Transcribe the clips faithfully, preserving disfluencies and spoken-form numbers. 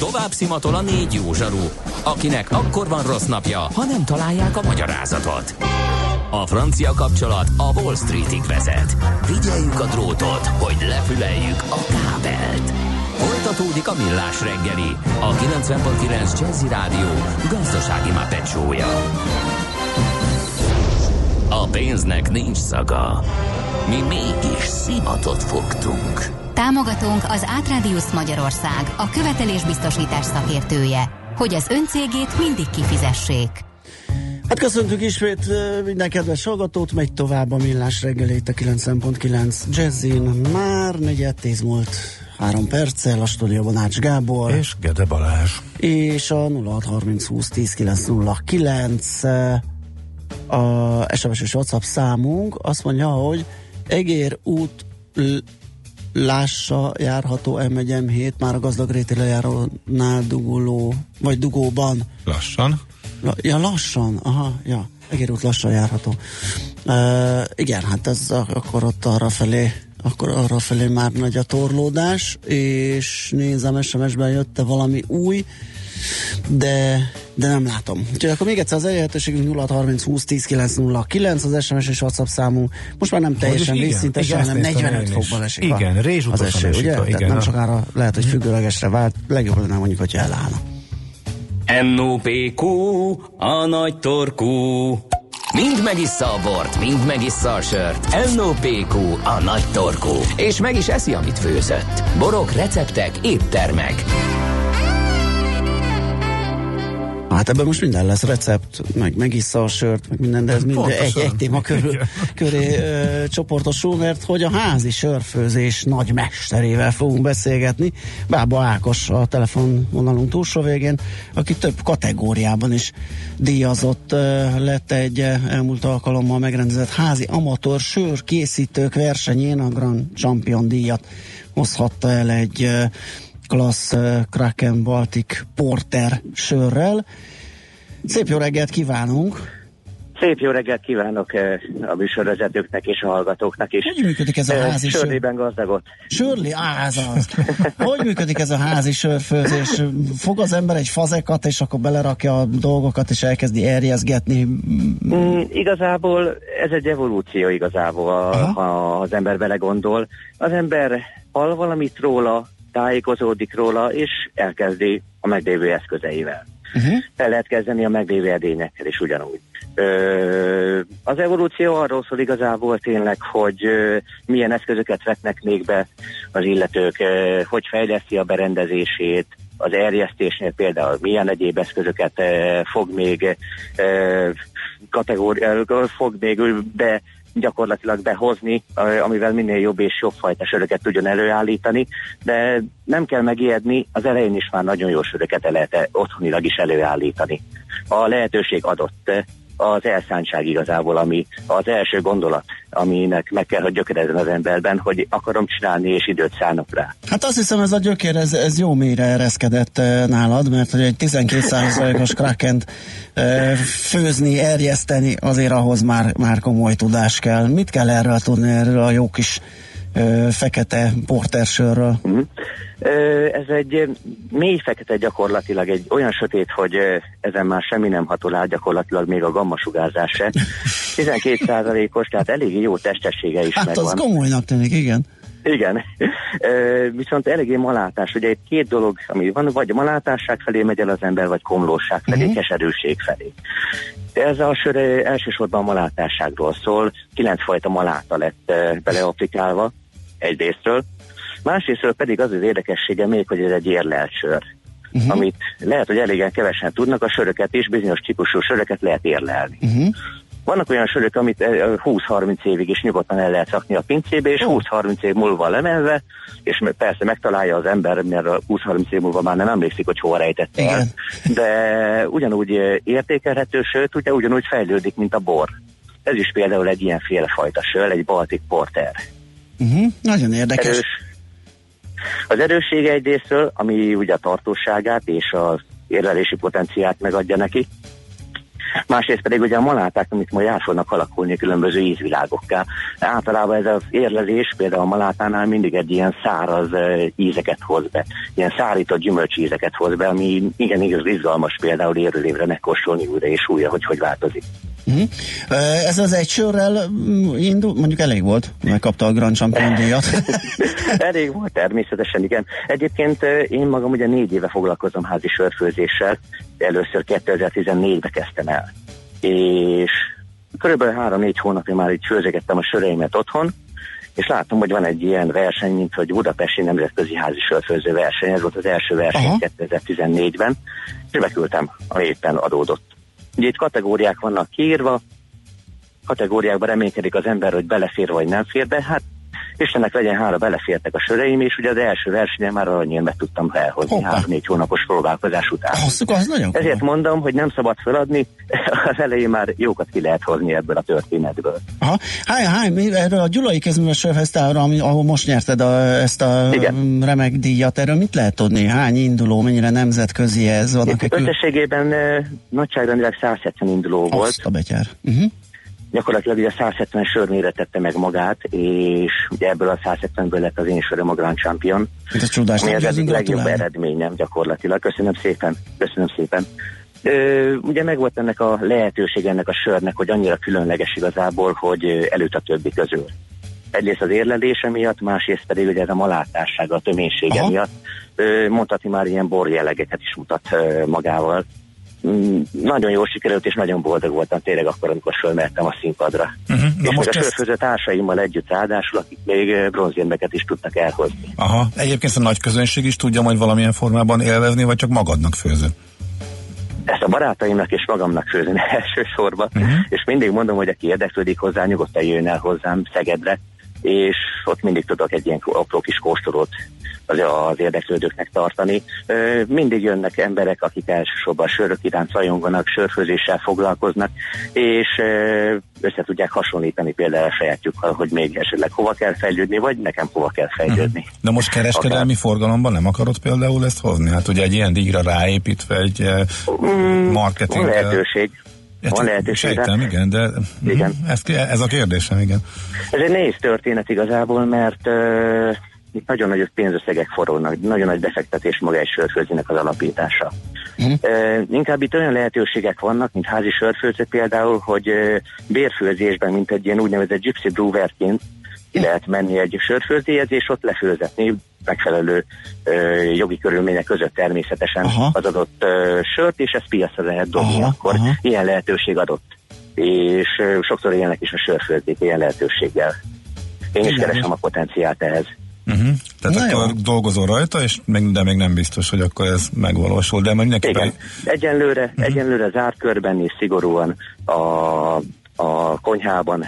Tovább szimatol a négy jó zsaru, akinek akkor van rossz napja, ha nem találják a magyarázatot. A francia kapcsolat a Wall Streetig vezet. Figyeljük a drótot, hogy lefüleljük a kábelt. Folytatódik a Millás reggeli, a kilencven pont kilenc Jazzy Rádió gazdasági Muppet show-ja. A pénznek nincs szaga. Mi mégis szimatot fogtunk. Támogatónk az Átrádiusz Magyarország, a követelésbiztosítás szakértője, hogy az öncégét mindig kifizessék. Hát köszöntünk ismét minden kedves hallgatót, megy tovább a Millás reggeli itt a kilencven pont kilenc Jazzin. Már negyed tíz múlt három perccel, a stúdióban Ács Gábor és Gede Balázs. És a nulla hat harminc húsz tíz kilenc nulla kilenc a es em es és WhatsApp számunk. Azt mondja, hogy Egér út l- Lássa járható em egy em hét, már a Gazdagréti lejárónál duguló, vagy dugóban. Lassan. La, ja, lassan, aha, ja, Egér út lassan járható. Uh, igen, hát ez akkor ott arra felé, akkor arra felé már nagy a torlódás, és nézem, es em es-ben jött valami új, de, de nem látom. Úgyhogy akkor még egyszer az elérhetőségünk nulla hat harminc húsz tíz kilenc nulla kilenc, az es em es és WhatsApp számunk. Most már nem teljesen vízszintesen, hanem negyvenöt fokban esik. Igen, rézsutasan az eső, esik. ugye? Igen, nem sokára lehet, hogy függőlegesre vált, legjobb lenne mondjuk, hogy elállna. en o pé kú, a nagy torkú. Mind megissza a bort, mind megissza a sört. en o pé kú, a nagy torkú. És meg is eszi, amit főzött. Borok, receptek, éttermek. Hát ebben most minden lesz, recept, meg megissza a sört, meg minden, de ez mind egy, egy téma körül, köré ö, csoportosul, mert hogy a házi sörfőzés nagy mesterével fogunk beszélgetni. Bába Ákos a telefonvonalunk túlsó végén, aki több kategóriában is díjazott, ö, lett egy elmúlt alkalommal megrendezett házi amatőr sörkészítők versenyén a Grand Champion díjat hozhatta el egy ö, klassz uh, Kraken Baltic Porter sörrel. Szép jó reggelt kívánunk! Szép jó reggelt kívánok uh, a műsorvezetőknek és a hallgatóknak is. Hogy működik ez a házi sör? Sörlében gazdagot. Sörli, áz az. Hogy működik ez a házi sörfőzés? Fog az ember egy fazekat, és akkor belerakja a dolgokat, és elkezdi erjezgetni? Mm, igazából ez egy evolúció igazából, ha az ember belegondol. Az ember hall valamit róla, tájékozódik róla, és elkezdi a meglévő eszközeivel. Uh-huh. El lehet kezdeni a meglévő edényekkel is ugyanúgy. Ö, az evolúció arról szól igazából tényleg, hogy ö, milyen eszközöket vetnek még be az illetők, ö, hogy fejleszti a berendezését, az erjesztésnél például milyen egyéb eszközöket ö, fog még ö, kategóri- fog még be gyakorlatilag behozni, amivel minél jobb és jobb fajta söröket tudjon előállítani, de nem kell megijedni, az elején is már nagyon jó söröket lehet otthonilag is előállítani. A lehetőség adott, az elszántság igazából, ami az első gondolat, aminek meg kell, hogy gyökerezzen az emberben, hogy akarom csinálni és időt szánok rá. Hát azt hiszem, ez a gyökér, ez, ez jó mélyre ereszkedett e, nálad, mert hogy egy tizenkét százalékos Krakent e, főzni, erjeszteni, azért ahhoz már, már komoly tudás kell. Mit kell erről tudni, erről a jó kis e, fekete portersörről? Uh-huh. Ez egy mély fekete, gyakorlatilag egy olyan sötét, hogy ezen már semmi nem hatol át, gyakorlatilag még a gammasugárzás se. tizenkét százalékos, tehát eléggé jó testessége is hát megvan. Hát az komolynak tűnik, igen. Igen, viszont eléggé malátás. Ugye itt két dolog, ami van, vagy a malátásság felé megy el az ember, vagy komlóság felé, uh-huh. keserűség felé. Ez a sör elsősorban a malátásságról szól, kilenc fajta maláta lett beleaplikálva egyrésztről. Másrésztről pedig az az érdekessége még, hogy ez egy érlelt sör, uh-huh. amit lehet, hogy eléggé kevesen tudnak, a söröket és bizonyos típusú söröket lehet érlelni. Uh-huh. Vannak olyan sörök, amit húsz-harminc évig is nyugodtan el lehet rakni a pincébe, és húsz-harminc év múlva lemenve, és persze megtalálja az ember, mert húsz-harminc év múlva már nem emlékszik, hogy hova rejtette el. De ugyanúgy értékelhető, sőt, ugye ugyanúgy fejlődik, mint a bor. Ez is például egy ilyen félfajta sör, egy Baltic Porter. Uh-huh. Nagyon érdekes. Erős. Az erőssége egyrésztről, ami ugye a tartóságát és az érlelési potenciát megadja neki. Másrészt pedig ugye a maláták, amit majd át fognak alakulni különböző ízvilágokká. Általában ez az érlezés például a malátánál mindig egy ilyen száraz ízeket hoz be, ilyen szárított gyümölcsízeket hoz be, ami igen igaz, izgalmas például évről évre megkóstolni újra és újra, hogy hogy változik. Uh-huh. Ez az egy sörrel indul, mondjuk elég volt, megkapta a Grand Champion díjat. Elég volt, természetesen, igen. Egyébként én magam ugye négy éve foglalkozom házi sörfőzéssel, először kétezer-tizennégyben kezdtem el. És körülbelül három-négy hónapja már így főzegettem a söreimet otthon, és láttam, hogy van egy ilyen verseny, mint hogy Budapesti Nemzetközi Házi Sörfőző verseny, ez volt az első verseny. Aha. kétezer-tizennégyben, és beküldtem, ami éppen adódott. Ugye itt kategóriák vannak kiírva, kategóriákban reménykedik az ember, hogy belefér vagy nem fér be, hát Istennek legyen hála, belefértek a söreim, és ugye az első versenyen már aranyérmet tudtam elhozni három-négy hónapos próbálkozás után. Asszuk, az nagyon Ezért komoly. Mondom, hogy nem szabad feladni, az elején már jókat ki lehet hozni ebből a történetből. Aha. Háj, háj, erről a Gyulai Kézműves Sörfesztiválra, ahol most nyerted a, ezt a Igen. remek díjat, erről mit lehet tudni? Hány induló, mennyire nemzetközi ez? Összességében eh, nagyságrendileg száz hetven induló volt. Azt a betyár. Uh-huh. Gyakorlatilag ugye száz hetven sörnél tette meg magát, és ugye ebből a száz hetvenből lett az én söröm a Grand Champion. Ez csodás, ami az egyik legjobb eredményem gyakorlatilag. Köszönöm szépen, köszönöm szépen. Ö, ugye meg volt ennek a lehetőség ennek a sörnek, hogy annyira különleges igazából, hogy előtt a többi közül. Egyrészt az érlelése miatt, másrészt pedig ugye ez a malátássága, a töménysége Aha. miatt. Ö, mondhatni már ilyen borjellegeket is mutat ö, magával. Mm, nagyon jól sikerült, és nagyon boldog voltam tényleg akkor, amikor fölmertem a színpadra. Uh-huh. És most a sörfőző társaimmal együtt ráadásul, akik még bronzérmeket is tudtak elhozni. Aha, egyébként a nagy közönség is tudja majd valamilyen formában élvezni, vagy csak magadnak főző? Ezt a barátaimnak és magamnak főzni elsősorban, uh-huh. és mindig mondom, hogy aki érdeklődik hozzá, nyugodtan jön el hozzám Szegedre, és ott mindig tudok egy ilyen apró kis kóstolót az, az érdeklődőknek tartani. Mindig jönnek emberek, akik elsősorban sörök iránt szajonganak, sörfőzéssel foglalkoznak, és össze tudják hasonlítani például a sajátjukkal, hogy még esetleg hova kell fejlődni, vagy nekem hova kell fejlődni. De most kereskedelmi Akár... forgalomban nem akarod például ezt hozni? Hát ugye egy ilyen díjra ráépítve egy marketing... Van lehetőség. Van lehetőség. Sejtem, igen, de igen. Ez, ez a kérdésem, igen. Ez egy nehéz történet igazából, mert uh, itt nagyon nagy pénzösszegek forognak, nagyon nagy befektetés maga egy sörfőzőnek az alapítása. Uh-huh. Uh, inkább itt olyan lehetőségek vannak, mint házi sörfőző például, hogy uh, bérfőzésben, mint egy ilyen úgynevezett gypsy brewerként ki lehet menni egy sörfőzdéhez, és ott lefőzetni megfelelő uh, jogi körülmények között természetesen aha. az adott uh, sört, és ezt piacra lehet dobni, aha, akkor aha. ilyen lehetőség adott. És uh, sokszor élnek is a sörfőzdék ilyen lehetőséggel. Én is keresem a potenciált ehhez. Uh-huh. Tehát Na akkor jó. dolgozol rajta, és még, de még nem biztos, hogy akkor ez megvalósul, de mindenképpen... Igen, egyenlőre, uh-huh. egyenlőre zárt körben és szigorúan a a konyhában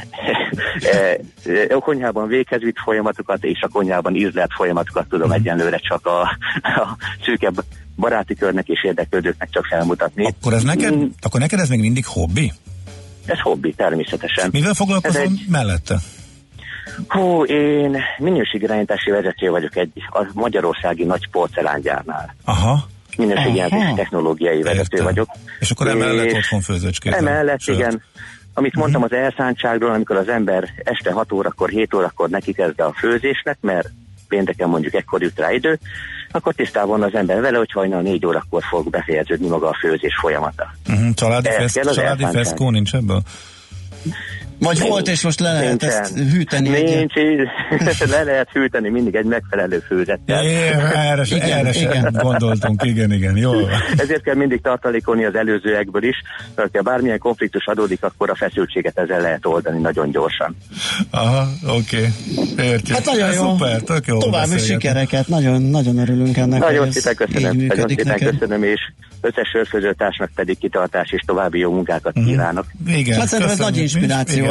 a konyhában véghez vitt folyamatokat és a konyhában ízlelt folyamatokat tudom uh-huh. egyenlőre csak a, a szűkebb baráti körnek és érdeklődőknek csak felmutatni. Akkor, ez neked, mm. akkor neked ez még mindig hobbi? Ez hobbi, természetesen. Mivel foglalkozol egy... mellette? Hú, én minőségirányítási vezető vagyok egy a magyarországi nagy porcelángyárnál. Aha. Minőségirányítási technológiai Értem. vezető vagyok. És akkor emellett és otthon főzőcskézem. Emellett, sőt. igen. Amit mondtam uh-huh. az elszántságról, amikor az ember este hat órakor, hét órakor neki kezd a főzésnek, mert pénteken mondjuk ekkor jut rá idő, akkor tisztában az ember vele, hogy hajnal négy órakor fog befejeződni maga a főzés folyamata. Uh-huh. Családi, fesz, családi feszkó nincs ebből? Vagy volt, és most le lehet Nincsen. ezt hűteni? Nincs, egy... le lehet hűteni mindig egy megfelelő főzettel. É, erre sem, erre sem gondoltunk, igen, igen, jól. Ezért kell mindig tartalékolni az előzőekből is, mert ha bármilyen konfliktus adódik, akkor a feszültséget ezzel lehet oldani nagyon gyorsan. Aha, oké. Okay. Értjük. Hát nagyon jó. Szuper, tök jó. További sikereket, nagyon, nagyon örülünk ennek. Nagyon szépen köszönöm, nagyon szépen köszönöm, és összes sörfőzőtársnak pedig kitartás és további jó munkákat kívánok. Igen, hát szerintem ez nagy inspiráció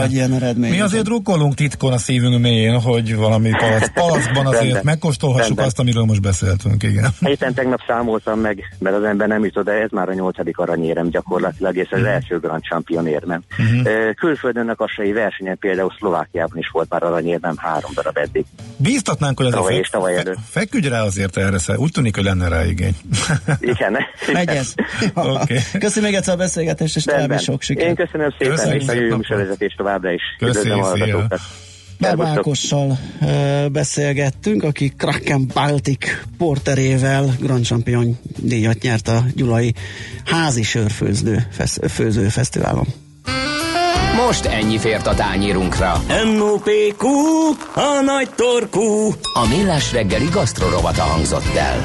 vagy ilyen eredmény. Mi azért drukkolunk titkon a szívünk mélyén, hogy valami palac, palackban azért megkóstolhassuk Rendben. azt, amiről most beszéltünk, igen. Éppen tegnap számoltam meg, mert az ember nem jutott, de ez már a nyolcadik aranyérem gyakorlatilag, és az uh-huh. első Grand Champion érmem. Uh-huh. Külföldön a kassai versenyen például Szlovákiában is volt már aranyérmem, három darab eddig. Bíztatnánk, hogy azért fe, fe, feküdj rá azért erre, úgy tűnik, hogy lenne rá igény. Igen. Megy ez. Okay. Köszönöm még egyszer a beszélgetést, és további sok sikert. Én köszönöm szépen, köszönöm és a jó műsorvezetés továbbra is. Köszönöm a hallgatókat. Berba Ákossal uh, beszélgettünk, aki Kraken Baltic porterével Grand Champion díjat nyert a gyulai házi sörfőző fesz, főző fesztiválon. Most ennyi fért a tányérunkra. em o pé kú, a nagy torkú. A Millás reggeli gasztrorovata hangzott el.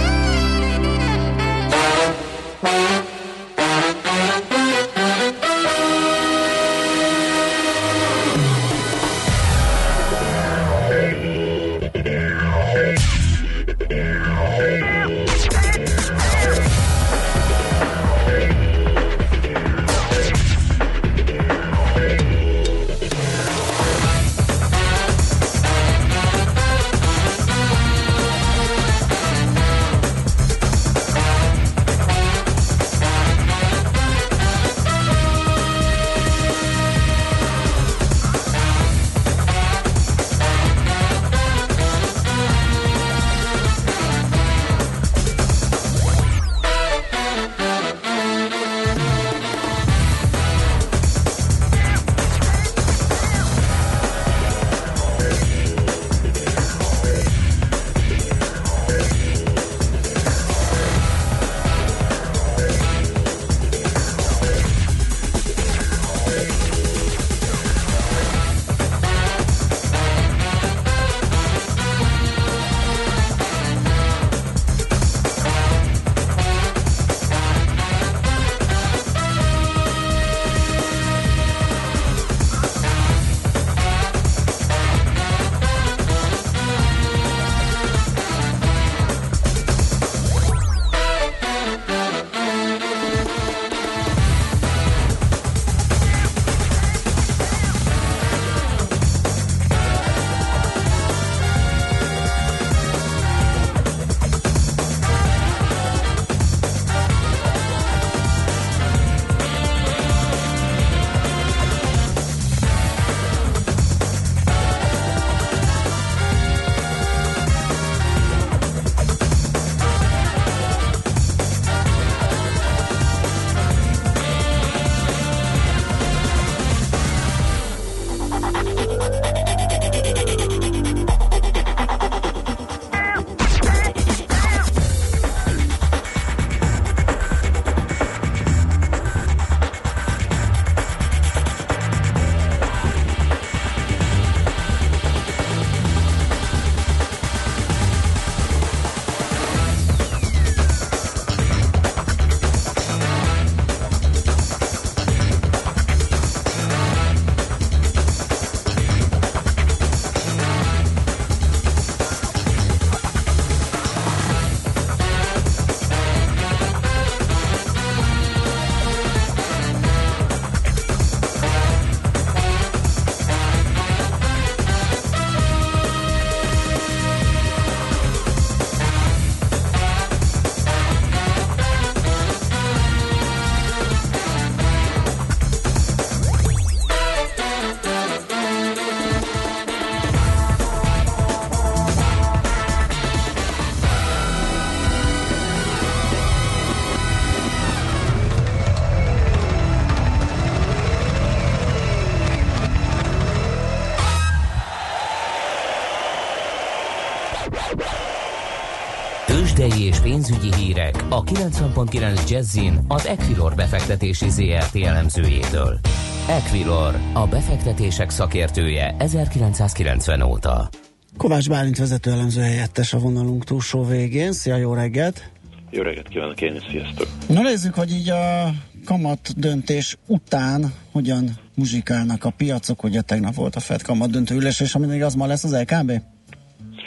Tőzsdei és pénzügyi hírek a kilencven pont kilenc Jazzin az Equilor befektetési zé er té elemzőjétől. Equilor, a befektetések szakértője ezerkilencszázkilencven óta. Kovács Bálint vezető elemző helyettes a vonalunk túlsó végén. Szia, jó reggelt! Jó reggelt kívánok én is, sziasztok! Na nézzük, hogy így a kamat döntés után hogyan muzsikálnak a piacok, ugye tegnap volt a Fed kamat döntő ülés, és ami még az ma lesz az el ká bé?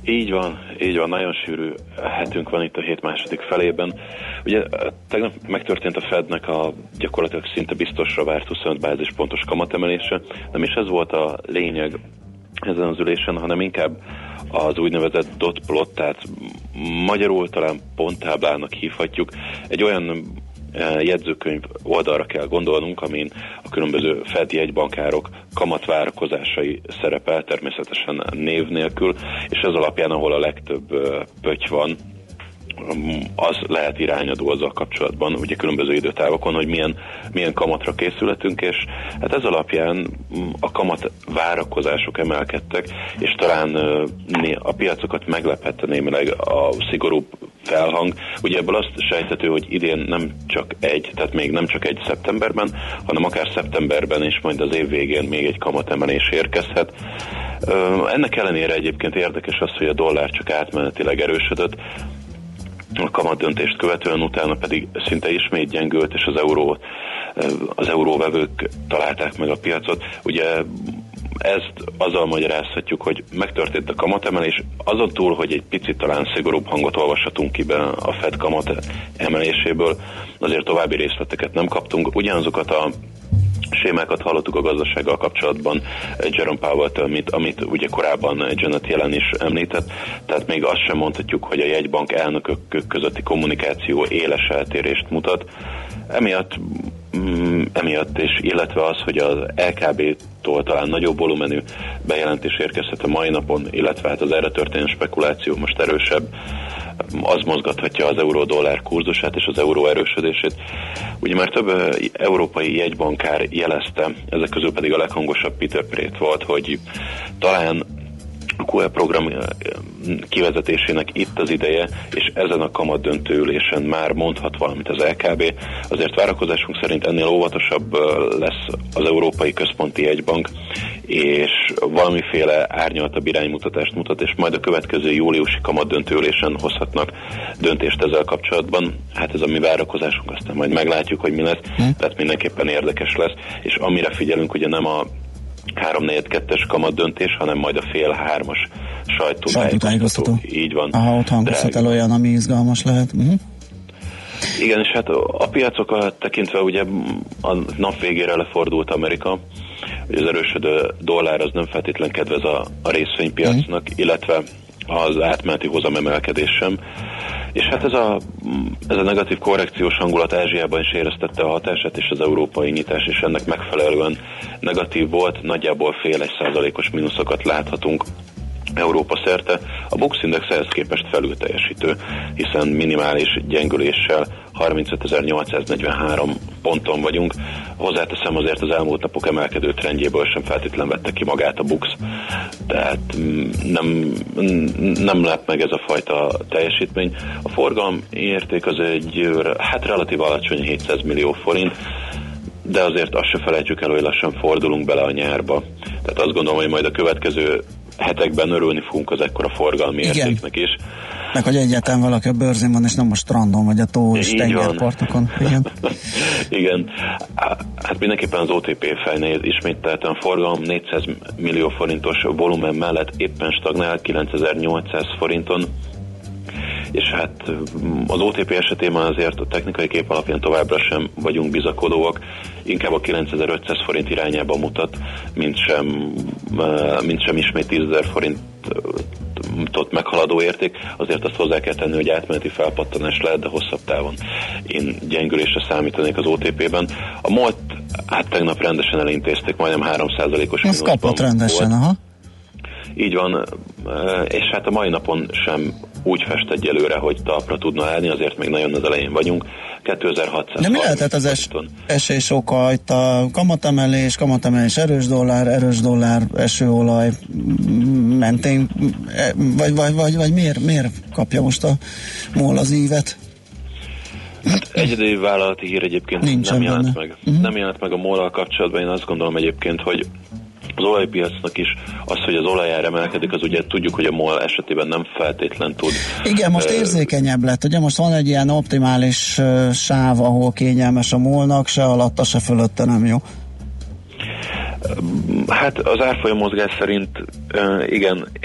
Így van, így van, nagyon sűrű hetünk van itt a hét második felében. Ugye tegnap megtörtént a Fednek a gyakorlatilag szinte biztosra várt huszonöt bázispontos kamatemelése. Nem is ez volt a lényeg ezen az ülésen, hanem inkább az úgynevezett dot plot, tehát magyarul talán ponttáblának hívhatjuk. Egy olyan jegyzőkönyv oldalra kell gondolnunk, amin a különböző Fed jegybankárok kamatvárakozásai szerepel, természetesen név nélkül, és ez alapján, ahol a legtöbb pötty van, az lehet irányadó azzal kapcsolatban, ugye különböző időtávokon, hogy milyen, milyen kamatra készületünk, és hát ez alapján a kamat várakozások emelkedtek, és talán a piacokat meglephette némileg a szigorúbb felhang. Ugye ebből azt sejthető, hogy idén nem csak egy, tehát még nem csak egy szeptemberben, hanem akár szeptemberben és majd az év végén még egy kamatemelés érkezhet. Ennek ellenére egyébként érdekes az, hogy a dollár csak átmenetileg erősödött, a kamat döntést követően, utána pedig szinte ismét gyengült, és az euró, az euróvevők találták meg a piacot. Ugye ezt azzal magyarázhatjuk, hogy megtörtént a kamatemelés, azon túl, hogy egy picit talán szigorúbb hangot olvashatunk ki be a Fed kamat emeléséből, azért további részleteket nem kaptunk. Ugyanazokat a sémákat hallottuk a gazdasággal kapcsolatban Jerome Powell-től, amit, amit ugye korábban Janet Yellen is említett, tehát még azt sem mondhatjuk, hogy a jegybank elnökök közötti kommunikáció éles eltérést mutat. Emiatt, mm, emiatt és illetve az, hogy az el ká bé-tól talán nagyobb volumenű bejelentés érkezhet a mai napon, illetve hát az erre történő spekuláció most erősebb, az mozgathatja az euró-dollár kurzusát és az euró erősödését. Ugye már több európai jegybankár jelezte, ezek közül pedig a leghangosabb Peter Praet volt, hogy talán a kú é program kivezetésének itt az ideje, és ezen a kamat döntőülésen már mondhat valamit az el ká bé. Azért várakozásunk szerint ennél óvatosabb lesz az Európai Központi Jegybank, és valamiféle árnyaltabb iránymutatást mutat, és majd a következő júliusi kamat döntőülésen hozhatnak döntést ezzel kapcsolatban. Hát ez a mi várakozásunk, aztán majd meglátjuk, hogy mi lesz, hm. tehát mindenképpen érdekes lesz, és amire figyelünk, ugye nem a három negyven kettes kamat döntés, hanem majd a fél hármas sajtótájékoztató. Így van. Aha, ott hangozhat el olyan, ami izgalmas lehet. Uh-huh. Igen, és hát a piacokat tekintve ugye a nap végére lefordult Amerika, hogy az erősödő dollár az nem feltétlen kedvez a, a részvénypiacnak, uh-huh. illetve az átmeneti hozamemelkedés sem. És hát ez a, ez a negatív korrekciós hangulat Ázsiában is éreztette a hatását, és az európai nyitás is ennek megfelelően negatív volt, nagyjából fél egy százalékos mínuszokat láthatunk Európa szerte. A Bux Index ehhez képest felül teljesítő, hiszen minimális gyengüléssel harmincötezer-nyolcszáznegyvenhárom ponton vagyunk. Hozzáteszem, azért az elmúlt napok emelkedő trendjéből sem feltétlen vette ki magát a Bux. Tehát nem, nem lep meg ez a fajta teljesítmény. A forgalom érték az egy hát relatív alacsony hétszáz millió forint, de azért azt se felejtjük el, hogy lassan fordulunk bele a nyárba. Tehát azt gondolom, hogy majd a következő hetekben örülni fogunk az ekkora forgalmi igen. értéknek is. Meg hogy egyáltalán valaki a bőrzén van, és nem a strandon, vagy a tó és tengerpartokon. Igen. Igen. Hát mindenképpen az o té pé fejnél ismételten forgalom négyszáz millió forintos volumen mellett éppen stagnál kilencezer-nyolcszáz forinton, és hát az o té pé esetében azért a technikai kép alapján továbbra sem vagyunk bizakodóak, inkább a kilencezer-ötszáz forint irányába mutat, mint sem, mint sem ismét tízezer forintot meghaladó érték. Azért azt hozzá kell tenni, hogy átmeneti felpattanás lehet, de hosszabb távon én gyengülésre számítanék az o té pében. A MOL-t hát tegnap rendesen elintézték, majdnem három százalékos mínuszban. Ez kapott rendesen, aha. Így van, és hát a mai napon sem úgy fest egyelőre, hogy talpra tudna állni, azért még nagyon az elején vagyunk. kétezer-hatszáz. De mi lehetett az es- esés oka? Itt a kamatemelés, kamatemelés, erős dollár, erős dollár, esőolaj mentén, vagy, vagy, vagy, vagy miért, miért kapja most a MOL az ívet? Hát egyedüli vállalati hír egyébként Nincsen nem jelent benne. meg. Uh-huh. Nem jelent meg a MOL-al kapcsolatban, én azt gondolom egyébként, hogy az olajpiacnak is az, hogy az olajár emelkedik, az ugye tudjuk, hogy a MOL esetében nem feltétlen tud. Igen, most uh, érzékenyebb lett, ugye most van egy ilyen optimális uh, sáv, ahol kényelmes a MOL-nak, se alatta, se fölötte nem jó. Hát az árfolyam mozgás szerint uh, igen,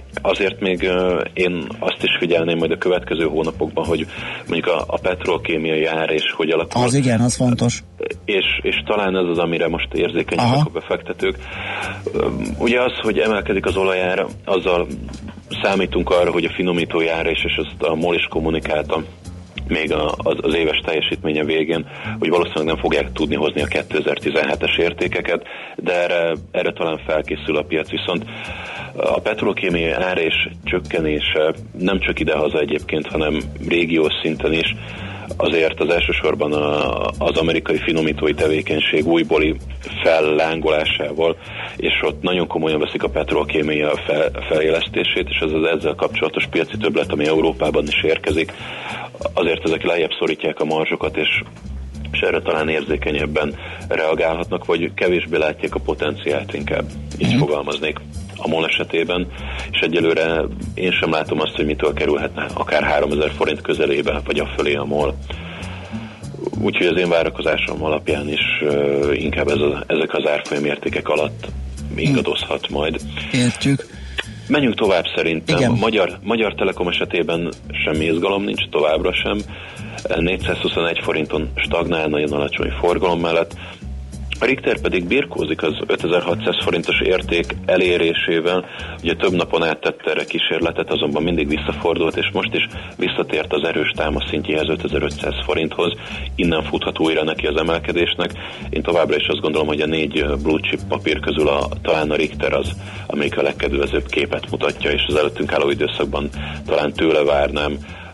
azért még uh, én azt is figyelném majd a következő hónapokban, hogy mondjuk a, a petrolkémiai ár és hogy alakul. Az igen, az fontos. És, és talán ez az, amire most érzékenyek a befektetők. Ugye az, hogy emelkedik az olajár, azzal számítunk arra, hogy a finomítójára is, és ezt a MOL is kommunikálta még az, az éves teljesítménye végén, hogy valószínűleg nem fogják tudni hozni a kétezer-tizenhetes értékeket, de erre, erre talán felkészül a piac. Viszont a petrolkémiai ár és csökkenése nem csak idehaza egyébként, hanem régiós szinten is, azért az elsősorban a, az amerikai finomítói tevékenység újbóli fellángolásával, és ott nagyon komolyan veszik a petrolkémia fel, felélesztését, és ez az ezzel kapcsolatos piaci többlet, ami Európában is érkezik, azért ezek lejjebb szorítják a marzsokat, és, és erre talán érzékenyebben reagálhatnak, vagy kevésbé látják a potenciált, inkább így mm. fogalmaznék a MOL esetében, és egyelőre én sem látom azt, hogy mitől kerülhetne akár háromezer forint közelébe, vagy a fölé a MOL. Úgyhogy az én várakozásom alapján is uh, inkább ez a, ezek az árfolyam értékek alatt ingadozhat majd. Értjük. Menjünk tovább szerintem. Igen. Magyar, Magyar Telekom esetében semmi izgalom nincs, továbbra sem. négyszázhuszonegy forinton stagnál, nagyon alacsony forgalom mellett. A Richter pedig birkózik az ötezer-hatszáz forintos érték elérésével, ugye több napon át tett erre kísérletet, azonban mindig visszafordult, és most is visszatért az erős támasz szintjéhez, ötezer-ötszáz forinthoz, innen futhat újra neki az emelkedésnek. Én továbbra is azt gondolom, hogy a négy blue chip papír közül a, talán a Richter az, amelyik a legkedvezőbb képet mutatja, és az előttünk álló időszakban talán tőle várnám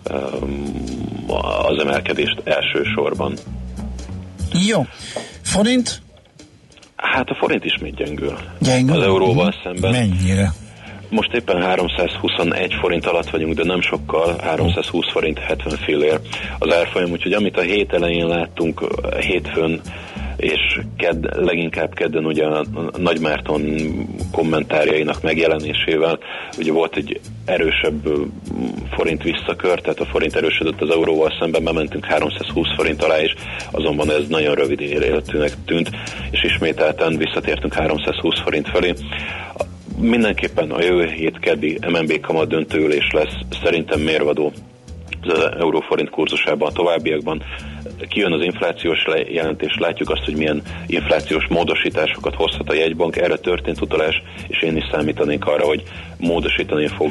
um, az emelkedést elsősorban. Jó. Forint? Hát a forint ismét gyengül. Gyengül? Az euróval szemben. Mennyire? Most éppen háromszázhuszonegy forint alatt vagyunk, de nem sokkal, háromszázhúsz forint hetven fillér az árfolyam, úgyhogy amit a hét elején láttunk hétfőn, és kedd, leginkább kedden ugye a Nagymárton kommentárjainak megjelenésével, ugye volt egy erősebb forint visszakör, tehát a forint erősödött az euróval szemben, bementünk háromszázhúsz forint alá is, azonban ez nagyon rövid életűnek tűnt, és ismételten visszatértünk háromszázhúsz forint felé. Mindenképpen a jövő hét keddi em en bé kamat döntőülés lesz szerintem mérvadó az euróforint kurzusában a továbbiakban. Kijön az inflációs jelentés, látjuk azt, hogy milyen inflációs módosításokat hozhat a jegybank, erre történt utalás, és én is számítanék arra, hogy módosítani fog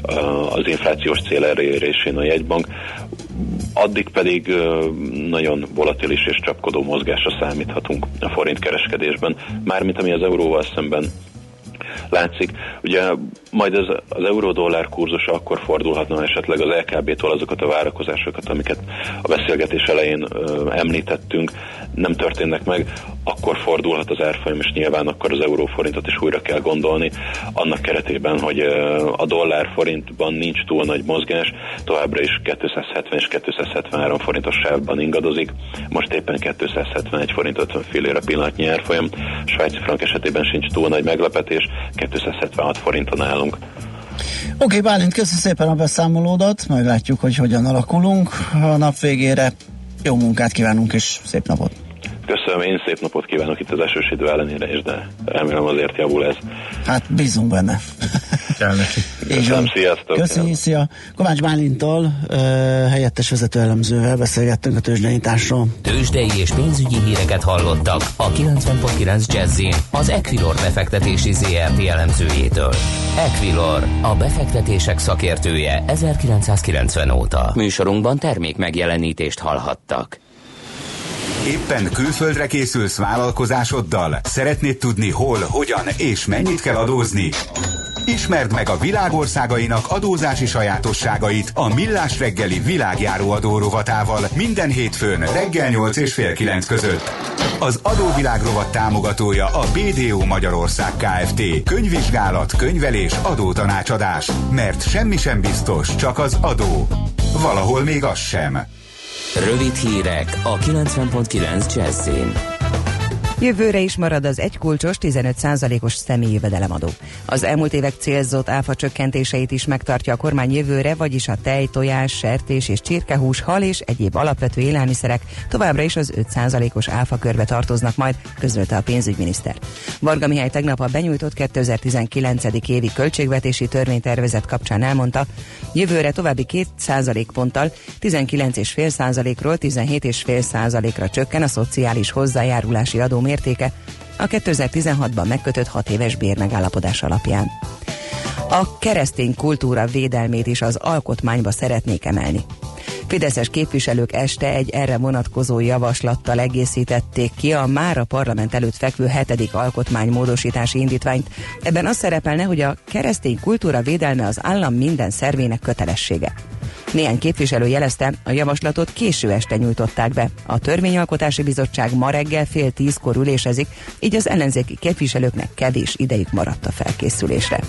az inflációs cél elérésén a jegybank. Addig pedig nagyon volatilis és csapkodó mozgásra számíthatunk a forint kereskedésben, mármint ami az euróval szemben látszik. Ugye majd ez, az euró-dollár kurzusa akkor fordulhatna esetleg az el ká bé-től azokat a várakozásokat, amiket a beszélgetés elején ö, említettünk, nem történnek meg, akkor fordulhat az árfolyam, és nyilván akkor az euróforintot is újra kell gondolni. Annak keretében, hogy ö, a dollár-forintban nincs túl nagy mozgás, továbbra is kétszázhetven és kétszázhetvenhárom forintos sávban ingadozik, most éppen kétszázhetvenegy forint ötven fillére pillanatnyi árfolyam, svájci frank esetében sincs túl nagy meglepetés, kétszázhetvenhat forinton állunk. Oké, okay, Bálint, köszönöm szépen a beszámolódat, majd látjuk, hogy hogyan alakulunk a nap végére. Jó munkát kívánunk, és szép napot! Köszönöm, én szép napot kívánok itt az esős idő ellenére is, de remélem azért javul ez. Hát bízunk benne. Kell neki. Köszönöm, sziasztok! Köszönjük, szia! Kovács Bálinttal, uh, helyettes vezető elemzővel beszélgettünk a tőzsdenyításról. Tőzsdei és pénzügyi híreket hallottak a kilencven pont kilenc Jazzin az Equilor befektetési zé er té elemzőjétől. Equilor, a befektetések szakértője ezerkilencszázkilencven óta. Műsorunkban termék megjelenítést hallhattak. Éppen külföldre készülsz vállalkozásoddal? Szeretnéd tudni hol, hogyan és mennyit kell adózni? Ismerd meg a világ országainak adózási sajátosságait a Millás reggeli világjáró adó rovatával minden hétfőn reggel nyolc és fél kilenc között. Az adóvilág rovat támogatója a bé dé o Magyarország Kft. Könyvvizsgálat, könyvelés, adótanácsadás. Mert semmi sem biztos, csak az adó. Valahol még az sem. Rövid hírek a kilencven pont kilenc Jazzin. Jövőre is marad az egykulcsos tizenöt százalékos személyi jövedelemadó. Az elmúlt évek célzott áfa csökkentéseit is megtartja a kormány jövőre, vagyis a tej, tojás, sertés és csirkehús, hal és egyéb alapvető élelmiszerek továbbra is az öt százalékos áfa körbe tartoznak majd, közölte a pénzügyminiszter. Varga Mihály tegnap a benyújtott kétezer-tizenkilenc. évi költségvetési törvénytervezet kapcsán elmondta, jövőre további két százalékponttal tizenkilenc egész öt százalékról tizenhét egész öt százalékra csökken a szociális hozzájárulási adó mértéke a kétezer-tizenhatban megkötött hat éves bérmegállapodás alapján. A keresztény kultúra védelmét is az alkotmányba szeretnék emelni. Fideszes képviselők este egy erre vonatkozó javaslattal egészítették ki a már a parlament előtt fekvő hetedik alkotmánymódosítási indítványt. Ebben az szerepelne, hogy a keresztény kultúra védelme az állam minden szervének kötelessége. Néhány képviselő jelezte, a javaslatot késő este nyújtották be. A Törvényalkotási Bizottság ma reggel fél tízkor ülésezik, így az ellenzéki képviselőknek kevés idejük maradt a felkészülésre.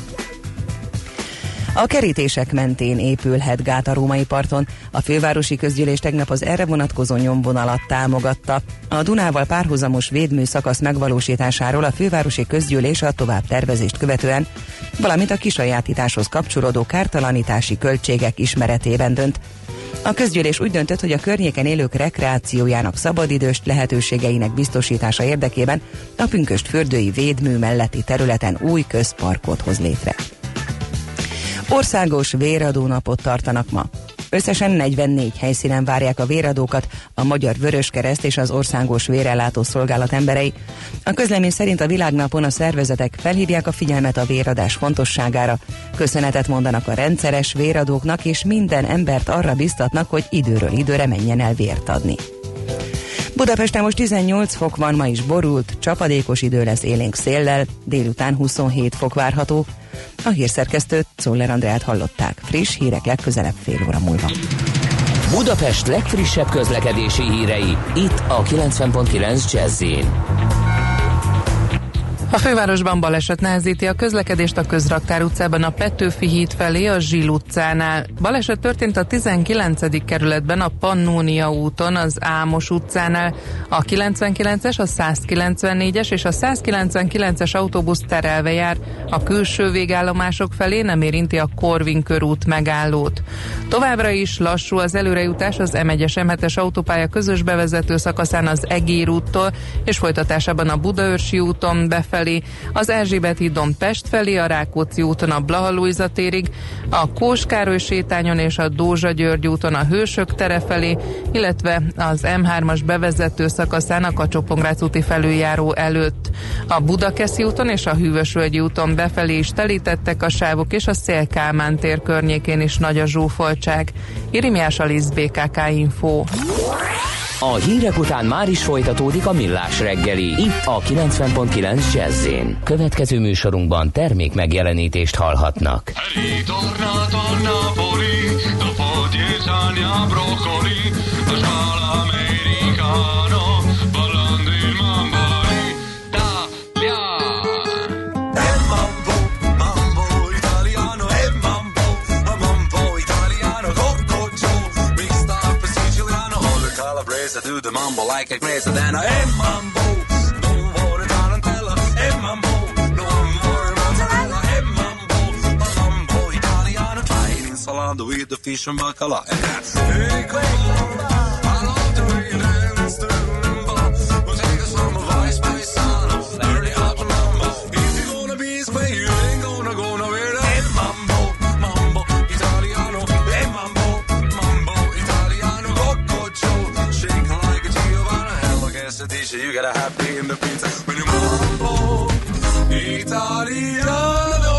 A kerítések mentén épülhet gát a római parton. A fővárosi közgyűlés tegnap az erre vonatkozó nyomvonalat támogatta. A Dunával párhuzamos védmű szakasz megvalósításáról a fővárosi közgyűlés a továbbtervezést követően, valamint a kisajátításhoz kapcsolódó kártalanítási költségek ismeretében dönt. A közgyűlés úgy döntött, hogy a környéken élők rekreációjának szabadidős lehetőségeinek biztosítása érdekében a pünkösdfürdői védmű melletti területen új közparkot hoz létre. Országos véradónapot tartanak ma. Összesen negyvennégy helyszínen várják a véradókat a Magyar Vöröskereszt és az Országos Vérellátó Szolgálat emberei. A közlemény szerint a világnapon a szervezetek felhívják a figyelmet a véradás fontosságára, köszönetet mondanak a rendszeres véradóknak, és minden embert arra biztatnak, hogy időről időre menjen el vért adni. Budapesten most tizennyolc fok van, ma is borult, csapadékos idő lesz élénk széllel, délután huszonhét fok várható. A hírszerkesztőt, Czoller Andreát hallották. Friss hírek legközelebb fél óra múlva. Budapest legfrissebb közlekedési hírei, itt a kilencven pont kilenc Jazz-in. A fővárosban baleset nehezíti a közlekedést a Közraktár utcában a Petőfi híd felé a Zsill utcánál. Baleset történt a tizenkilencedik kerületben a Pannónia úton az Ámos utcánál. A kilencvenkilences, a százkilencvennégyes és a százkilencvenkilences autóbusz terelve jár. A külső végállomások felé nem érinti a Korvin körút megállót. Továbbra is lassú az előrejutás az em egyes em hetes autópálya közös bevezető szakaszán az Egér úttól és folytatásában a Budaörsi úton befelé, az Erzsébet hídon Pest felé, a Rákóczi úton a Blaha Lujza térig, a Kós Károly sétányon és a Dózsa György úton a Hősök tere felé, illetve az em hármas bevezető szakaszán a Kacsó-Pongrác úti felüljáró előtt. A Budakeszi úton és a Hűvösvölgyi úton befelé is telítettek a sávok, és a Széll-Kálmán tér környékén is nagy a zsúfoltság. Irimiás Alisz, bé ká ká Info. A hírek után már is folytatódik a Millás reggeli, itt a kilencven pont kilenc Jazz-in. Következő műsorunkban termék megjelenítést hallhatnak. I do the mambo like a crazy then I am mambo. No more tarantella, am mambo. No more mozzarella, am mambo. A mambo Italiano, fried in salad with the fish and bacala. Hey, Cola, I love the way you dance the rumba. We'll take us from a vice by son, early up a number. If you're gonna be square, you ain't gonna go nowhere. Am mambo, mambo Italiano, am mambo, mambo Italiano. Coco Joe. You gotta have me in the pizza when you mambo Italiano.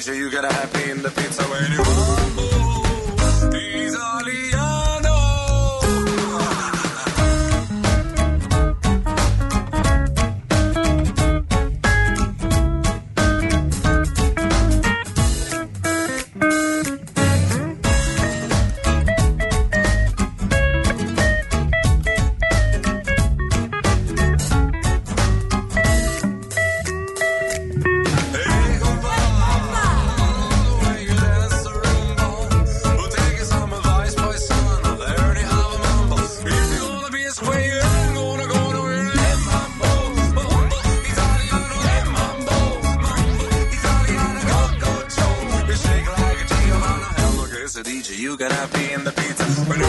J, you get happy in the pizza when you mambo Italiano. You gotta be in the pizza.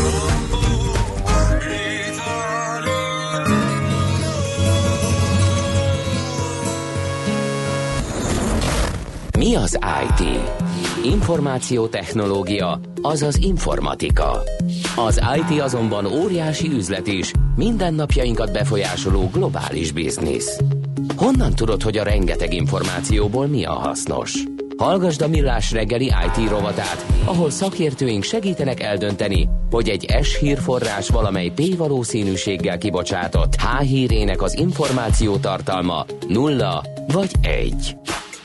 Mi az i té? Információtechnológia, azaz informatika. Az i té azonban óriási üzlet is, mindennapjainkat befolyásoló globális biznisz. Honnan tudod, hogy a rengeteg információból mi a hasznos? Hallgasd a Millás reggeli i té rovatát, ahol szakértőink segítenek eldönteni, hogy egy S hírforrás valamely P valószínűséggel kibocsátott H hírének az információ tartalma nulla vagy egy.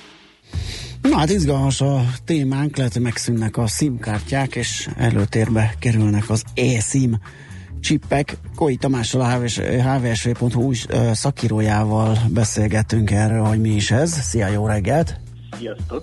Na hát izgalmas a témánk, lehet, hogy megszűnnek a SIM-kártyák, és előtérbe kerülnek az eSIM csippek. Kói Tamással, a há vé es vé pont hú szakírójával beszélgettünk erről, hogy mi is ez. Szia, jó reggelt! Sziasztok!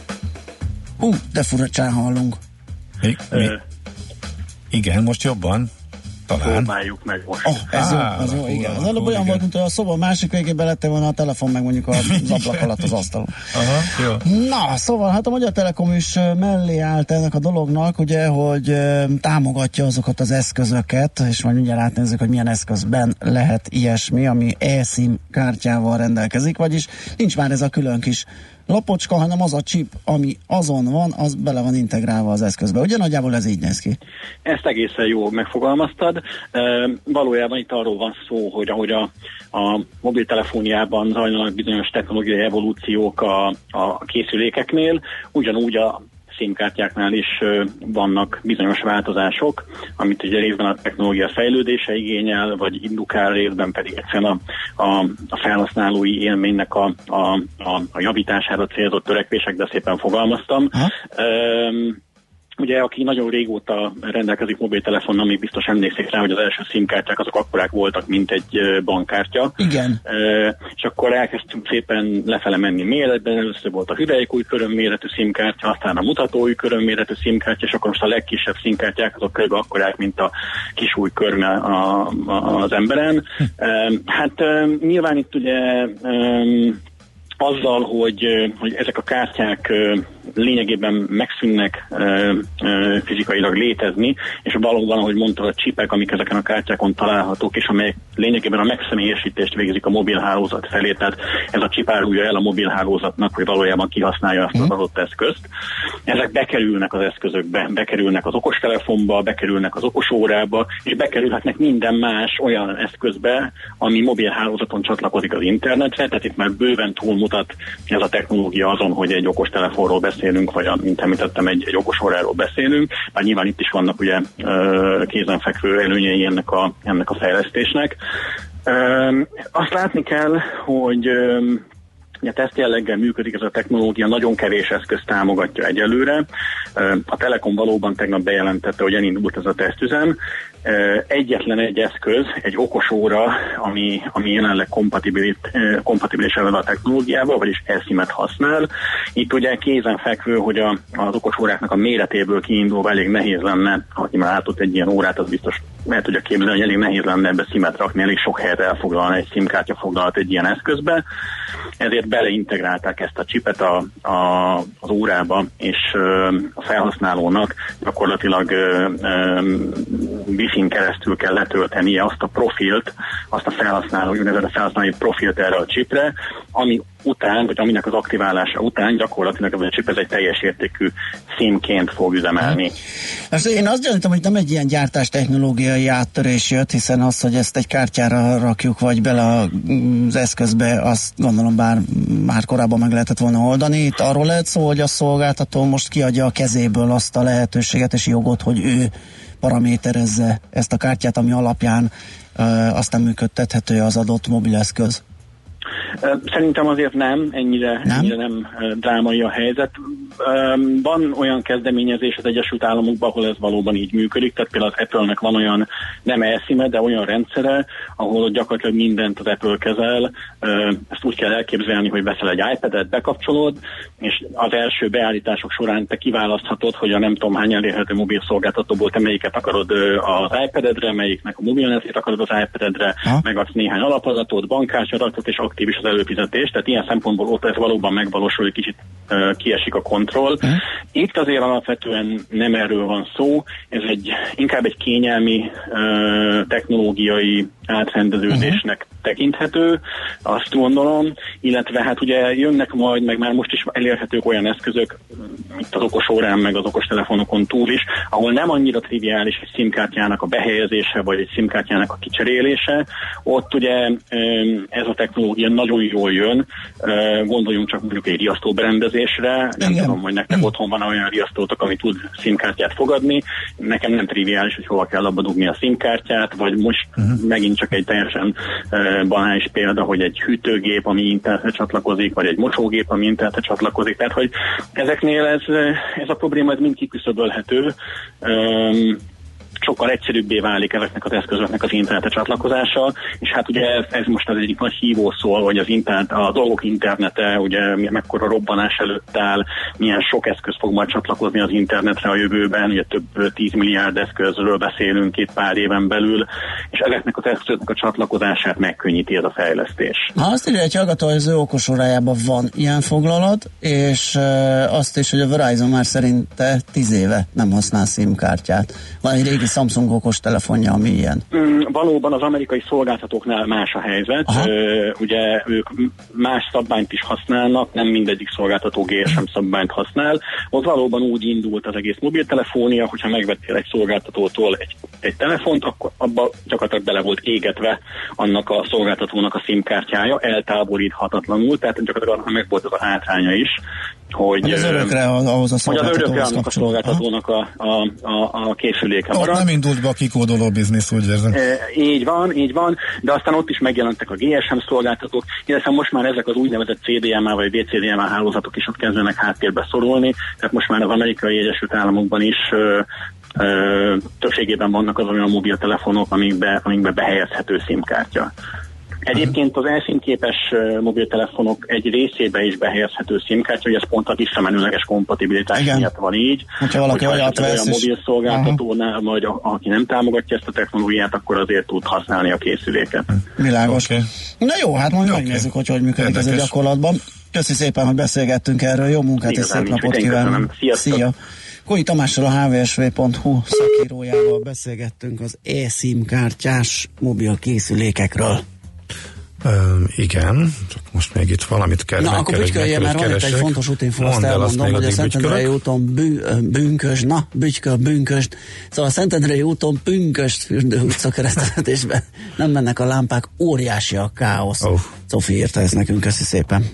Hú, de furcsán hallunk. Mi, mi? Uh, igen, most jobban? Talán. Próbáljuk meg most. Oh, ez ah, jó, ez jó, igen. Az előbb olyan volt, mint a szoba másik végében lette volna a telefon, meg mondjuk az ablak alatt az asztalon. Aha, jó. Na, szóval hát a Magyar Telekom is mellé állt ennek a dolognak, ugye, hogy támogatja azokat az eszközöket, és majd mindjárt átnézzük, hogy milyen eszközben lehet ilyesmi, ami eSIM kártyával rendelkezik, vagyis nincs már ez a külön kis lapocska, hanem az a chip, ami azon van, az bele van integrálva az eszközbe. Ugye nagyjából ez így néz ki? Ezt egészen jól megfogalmaztad. E, valójában itt arról van szó, hogy ahogy a, a mobiltelefóniában zajlanak bizonyos technológiai evolúciók a, a készülékeknél, ugyanúgy a SIM-kártyáknál is vannak bizonyos változások, amit ugye részben a technológia fejlődése igényel, vagy indukál, részben pedig egyszerűen a, a, a felhasználói élménynek a, a, a, a javítására célzott törekvések, de szépen fogalmaztam. Um, Ugye, aki nagyon régóta rendelkezik mobiltelefonnal, még biztos emlékszik rá, hogy az első SIM-kártyák azok akkorák voltak, mint egy bankkártya. Igen. E, és akkor elkezdtünk szépen lefele menni méretben, először volt a hüvelykúj körömméretű SIM-kártya, aztán a mutatóúj körömméretű SIM-kártya, és akkor most a legkisebb SIM-kártyák azok kb. Akkorák, mint a kisúj körme a, a, az emberen. E, hát e, nyilván itt ugye e, azzal, hogy, hogy ezek a kártyák lényegében megszűnnek fizikailag létezni, és valóban, ahogy mondtad, a csipek, amik ezeken a kártyákon találhatók, és amelyek lényegében a megszemélyesítést végzik a mobilhálózat felé, tehát ez a csip árulja el a mobilhálózatnak, hogy valójában kihasználja azt az adott eszközt. Ezek bekerülnek az eszközökbe, bekerülnek az okostelefonba, bekerülnek az okosórába, és bekerülhetnek minden más olyan eszközbe, ami mobilhálózaton csatlakozik az internetre, tehát itt már bőven túlmutat ez a technológia azon, hogy egy okostelefonról beszélünk, vagy mint említettem, egy, egy okosóráról beszélünk. Már nyilván itt is vannak ugye kézenfekvő előnyei ennek a, ennek a fejlesztésnek. Azt látni kell, hogy ugye teszt jelleggel működik ez a technológia, nagyon kevés eszközt támogatja egyelőre. A Telekom valóban tegnap bejelentette, hogy elindult ez a tesztüzem. Egyetlen egy eszköz, egy okosóra, ami, ami jelenleg kompatibilis, kompatibilis ebben a technológiával, vagyis eSIM-et használ. Itt ugye kézenfekvő, hogy a, az okosóráknak a méretéből kiindulva elég nehéz lenne, ha aki már látott egy ilyen órát, az biztos mert tudja képzelni, hogy elég nehéz lenne ebbe SIM-et rakni, elég sok helyet elfoglalna egy SIM-kártya foglalat egy ilyen eszközbe. Ezért beleintegrálták ezt a csipet a, a, az órába, és ö, a felhasználónak gyakorlatilag ö, ö, Wi-Fi-n keresztül kell letöltenie azt a profilt, azt a felhasználó, úgynevezett felhasználói profilt erre a chipre, ami után, vagy aminek az aktiválása után gyakorlatilag ez a chip ez egy teljes értékű SIM-ként fog üzemelni. Most én azt gyanítom, hogy nem egy ilyen gyártás technológiai áttörés jött, hiszen az, hogy ezt egy kártyára rakjuk, vagy bele az eszközbe, azt gondolom bár már korábban meg lehetett volna oldani. Itt arról lehet szó, hogy a szolgáltató most kiadja a kezéből azt a lehetőséget és jogot, hogy ő paraméterezze ezt a kártyát, ami alapján uh, aztán működtethető az adott mobileszköz. Szerintem azért nem, ennyire nem, ennyire nem drámai a helyzet. Van olyan kezdeményezés az Egyesült Államokban, ahol ez valóban így működik, tehát például az Apple-nek van olyan, nem eSIM-e, de olyan rendszere, ahol gyakorlatilag mindent az Apple kezel. Ezt úgy kell elképzelni, hogy veszel egy iPad-et, bekapcsolod, és az első beállítások során te kiválaszthatod, hogy a nem tudom hány elérhető mobil szolgáltatóból te melyiket akarod az iPad-edre, melyiknek a mobilnetét akarod az iPad-edre, ha? Megadsz néhány alapadatot, bankkártyadatot, és aktív is az előfizetés, tehát ilyen szempontból ott ez valóban megvalósul, hogy kicsit uh, kiesik a kontroll. Uh-huh. Itt azért alapvetően nem erről van szó, ez egy inkább egy kényelmi uh, technológiai átrendeződésnek uh-huh. tekinthető, azt gondolom, illetve hát ugye jönnek majd, meg már most is elérhetők olyan eszközök, itt az okosórán, meg az okostelefonokon túl is, ahol nem annyira triviális egy SIM-kártyának a behelyezése, vagy egy SIM-kártyának a kicserélése. Ott ugye ez a technológia nagyon jól jön, gondoljunk csak mondjuk egy riasztó berendezésre, nem tudom, hogy nektek mm. otthon van olyan riasztótok, ami tud SIM-kártyát fogadni, nekem nem triviális, hogy hova kell abba dugni a SIM-kártyát, vagy most mm. megint csak egy teljesen banális példa, hogy egy hűtőgép, ami internetre csatlakozik, vagy egy mosógép, ami internetre csatlakozik, tehát hogy ezeknél ez, ez a probléma ez mind kiküszöbölhető. Um, sokkal egyszerűbbé válik ezeknek az eszközöknek az internetre csatlakozása, és hát ugye ez, ez most az egyik nagy hívószó, hogy az internet, a dolgok internete, ugye mekkora robbanás előtt áll, milyen sok eszköz fog majd csatlakozni az internetre a jövőben, ugye több tíz milliárd eszközről beszélünk itt pár éven belül, és ezeknek az eszközöknek a csatlakozását megkönnyíti ez a fejlesztés. Ha azt írja egy hallgató, hogy az ő okosórájában van ilyen foglalat, és e, azt is, hogy a Verizon már szerinte tíz éve nem használ SIM-kártyát. Van egy régi Samsung okos telefonja, ami ilyen. Mm, valóban az amerikai szolgáltatóknál más a helyzet. Ö, ugye ők más szabványt is használnak, nem mindegyik szolgáltató gé es em szabványt használ. Ott valóban úgy indult az egész mobiltelefónia, hogyha megvettél egy szolgáltatótól egy, egy telefont, akkor abba gyakorlatilag bele volt égetve annak a szolgáltatónak a SIM-kártyája, eltávolíthatatlanul, tehát gyakorlatilag meg volt az a hátránya is, hogy az örökre ahhoz a szolgáltatóhoz a szolgáltatónak a, a, a, a készüléke marad. Ott nem indult be a kikódoló biznisz, úgy érzem. E, így van, így van, de aztán ott is megjelentek a gé es em szolgáltatók, illetve most már ezek az úgynevezett cé dé em á vagy vé cé dé em á hálózatok is ott kezdenek háttérbe szorulni, tehát most már az amerikai Egyesült Államokban is ö, ö, többségében vannak az olyan mobiltelefonok, amikbe, amikbe behelyezhető SIM-kártya. Egyébként az eSIM-képes mobiltelefonok egy részébe is behelyezhető SIM-kártya, hogy ez pont a visszamenőleges kompatibilitás Igen. miatt van így. Hogyha valaki olyat vesz olyan mobil szolgáltatónál, vagy a, aki nem támogatja ezt a technológiát, akkor azért tud használni a készüléket. Világos. Okay. Na jó, hát majd okay. megnézzük, hogy hogy működik Érdekes. Ez a gyakorlatban. Köszi szépen, hogy beszélgettünk erről. Jó munkát és szép napot kívánok. Szia! Kói Tamással, a há vé es vé pont hú szakírójával beszélgettünk az eSIM kártyás mobil készülékekről. Um, igen, csak most még itt valamit kell. Na, akkor Bütykölje, mert van itt egy fontos útinfó, azt elmondom, hogy a Szentendrei úton bű, bűnkös, na, Bütykö, bűnköst, szóval a Szentendrei úton Pünköst fürdő utca kereszteződésben nem mennek a lámpák, óriási a káosz. Oh. Szofi írta ezt nekünk, köszi szépen.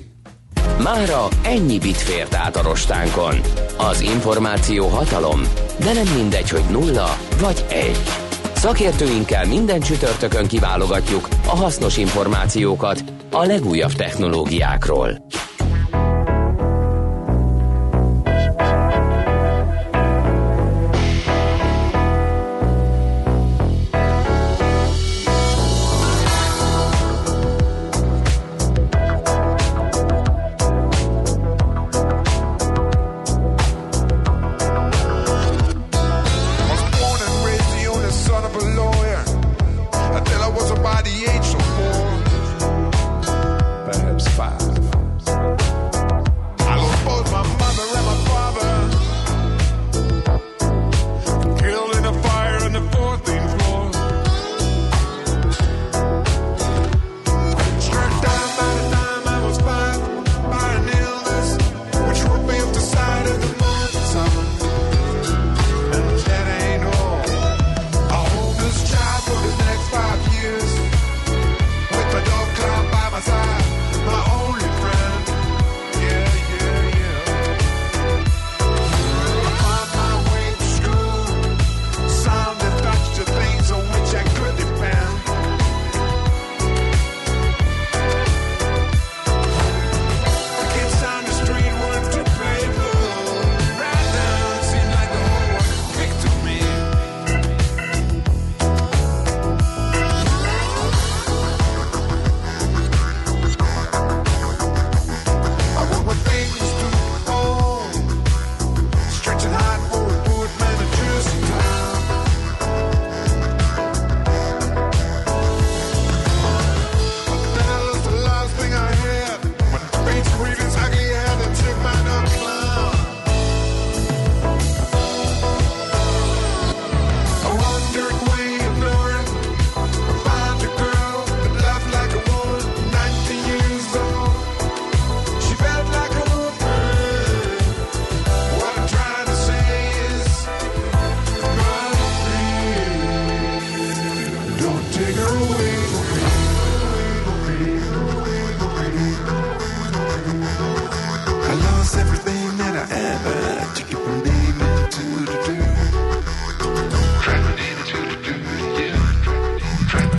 Mára ennyi bit fért át a rostánkon. Az információ hatalom, de nem mindegy, hogy nulla vagy egy. Szakértőinkkel minden csütörtökön kiválogatjuk a hasznos információkat a legújabb technológiákról.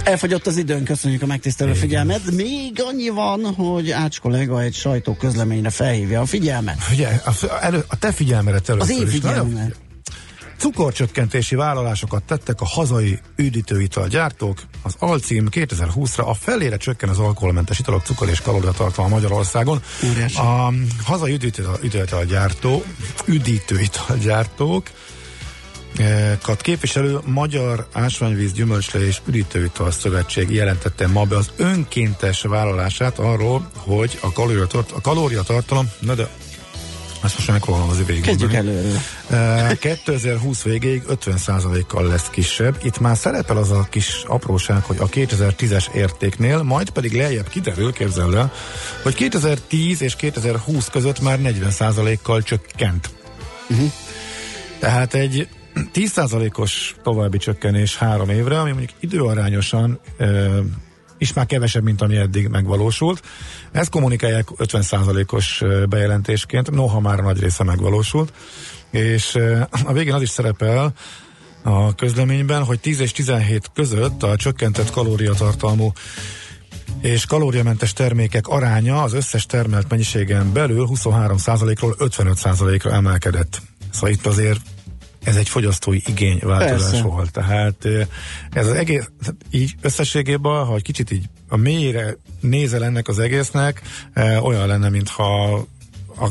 Elfogyott az időn, köszönjük a megtisztelő figyelmet. Még annyi van, hogy Ács kollega egy sajtóközleményre felhívja a figyelmet. Figyelj, a, elő, a te figyelmet először az én is. figyelmet. Cukorcsökkentési vállalásokat tettek a hazai üdítőitalgyártók. Az alcím kétezer-húszra a felére csökken az alkoholmentes italok cukor és kalóriatartalma Magyarországon. Óriási. A hazai üdítőitalgyártó, üdítőitalgyártók kat képviselő Magyar Ásványvíz Gyümölcslé és Üdítőital Szövetség jelentette ma be az önkéntes vállalását arról, hogy a, kalóriatart, a kalóriatartalom, na de ezt most megpróbálom az végig. Kezdjük előről. kétezer-húsz végéig ötven százalékkal lesz kisebb. Itt már szerepel az a kis apróság, hogy a kétezer-tízes értéknél, majd pedig lejjebb kiderül, képzeld el, hogy kétezer-tíz és kétezer-húsz között már negyven százalékkal csökkent. Uh-huh. Tehát egy tíz százalékos további csökkenés három évre, ami mondjuk időarányosan ö, is már kevesebb, mint ami eddig megvalósult. Ezt kommunikálják ötven százalékos bejelentésként, noha már a nagy része megvalósult. És ö, a végén az is szerepel a közleményben, hogy tíz és tizenhét között a csökkentett kalóriatartalmú és kalóriamentes termékek aránya az összes termelt mennyiségen belül huszonhárom százalékról ötvenöt százalékra emelkedett. Szóval itt azért ez egy fogyasztói igényváltozás Persze. volt. Tehát ez az egész, így összességében, ha egy kicsit így a mélyre nézel ennek az egésznek, olyan lenne, mintha a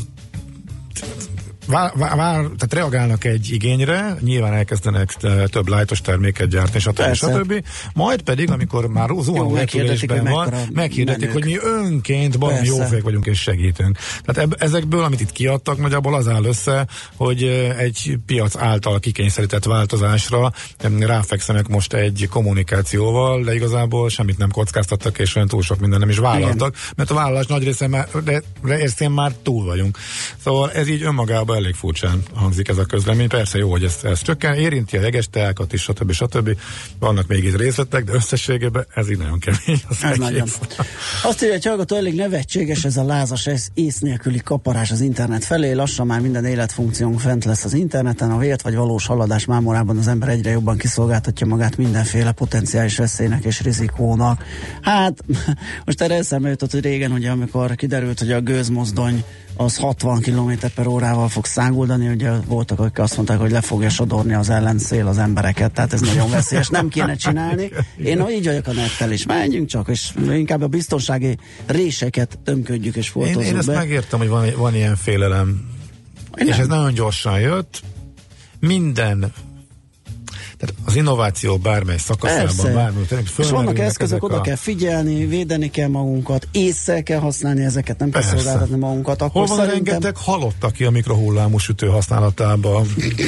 Vár, vár, tehát reagálnak egy igényre, nyilván elkezdenek több lájtos terméket gyártani, stb. stb. Majd pedig, amikor már zuhanó repülésben van, meghirdetik, hogy mi önként valami jófék vagyunk és segítünk. Tehát eb- ezekből, amit itt kiadtak, nagyjából az áll össze, hogy egy piac által kikényszerített változásra ráfekszenek most egy kommunikációval, de igazából semmit nem kockáztattak, és olyan túl sok minden nem is vállaltak, igen. mert a vállalás nagy része már, de részén már túl vagyunk. Szóval ez így önmagában elég furcsán hangzik ez a közlemény. Persze jó, hogy ez, ez csökken, érinti a jegesteákat is, stb. stb. Vannak még itt részletek, de összességében ez így nagyon kemény. Az ez nagyon. Azt írja, hogy hallgató, elég nevetséges ez a lázas ész nélküli kaparás az internet felé. Lassan már minden életfunkciónk fent lesz az interneten. A vélt vagy valós haladás mámorában az ember egyre jobban kiszolgáltatja magát mindenféle potenciális veszélynek és rizikónak. Hát, most erre eszembe jutott, hogy régen, ugye, amikor kiderült, hogy a gőzmozdony az hatvan kilométer per órával fog száguldani, ugye voltak, akik azt mondták, hogy le fogja sodorni az ellenszél az embereket, tehát ez nagyon veszélyes, nem kéne csinálni. Én így vagyok a nettel is, menjünk csak, és inkább a biztonsági réseket tömködjük és foltozzuk én, én ezt be. megértem, hogy van, van ilyen félelem, én és nem. ez nagyon gyorsan jött. Minden tehát az innováció bármely szakaszában, bármely, és vannak eszközök, oda a... kell figyelni, védeni kell magunkat, észre kell használni ezeket, nem kell szolgáltatni magunkat. Akkor hol van szerintem... rengeteg halott, aki a mikrohullámú sütő használatában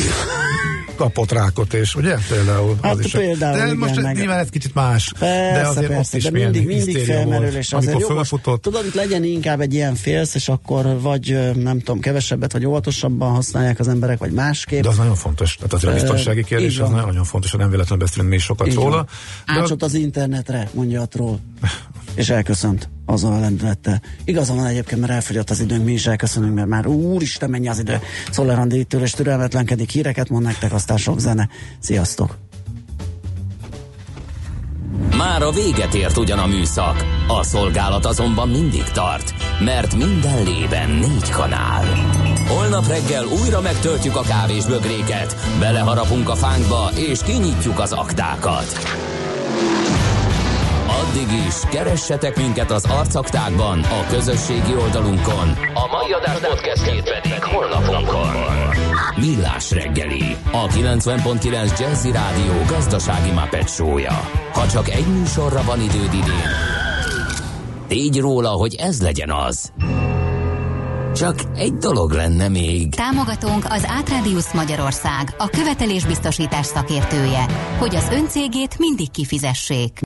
kapott rákot, és ugye például hát az is. Például, de igen, most meg... nyilván ez kicsit más, persze, de azért persze, ott is de mindig, mindig felmerül, és azért jogos, tudod, itt legyen inkább egy ilyen félsz, és akkor vagy nem tudom, kevesebbet, vagy óvatosabban használják az emberek, vagy másképp. De az nagyon fontos, tehát azért a biztonsági kérdés az nagyon fontos, hogy nem véletlenül beszélünk mi sokat így róla. Ácsot az internetre, mondja a troll. És elköszönt azon a lendülettel. Igazán van egyébként, mert elfogyott az időnk, mi is elköszönünk, mert már úristen, mennyi az idő. Szoller Andi itt ül és türelmetlenkedik, híreket mond nektek, aztán sok zene. Sziasztok! Már a véget ért ugyan a műszak, a szolgálat azonban mindig tart, mert minden lében négy kanál. Holnap reggel újra megtöltjük a kávés bögréket, beleharapunk a fánkba és kinyitjuk az aktákat. Addig is keressetek minket az arcaktákban, a közösségi oldalunkon. A mai adás podcastjét pedig honlapunkon. Millás reggeli, a kilencven pont kilenc Jazzy Rádió gazdasági Muppet show-ja. Ha csak egy műsorra van időd idén, tégy róla, hogy ez legyen az. Csak egy dolog lenne még. Támogatónk az Átradius Magyarország, a követelésbiztosítás szakértője, hogy az öncégét mindig kifizessék.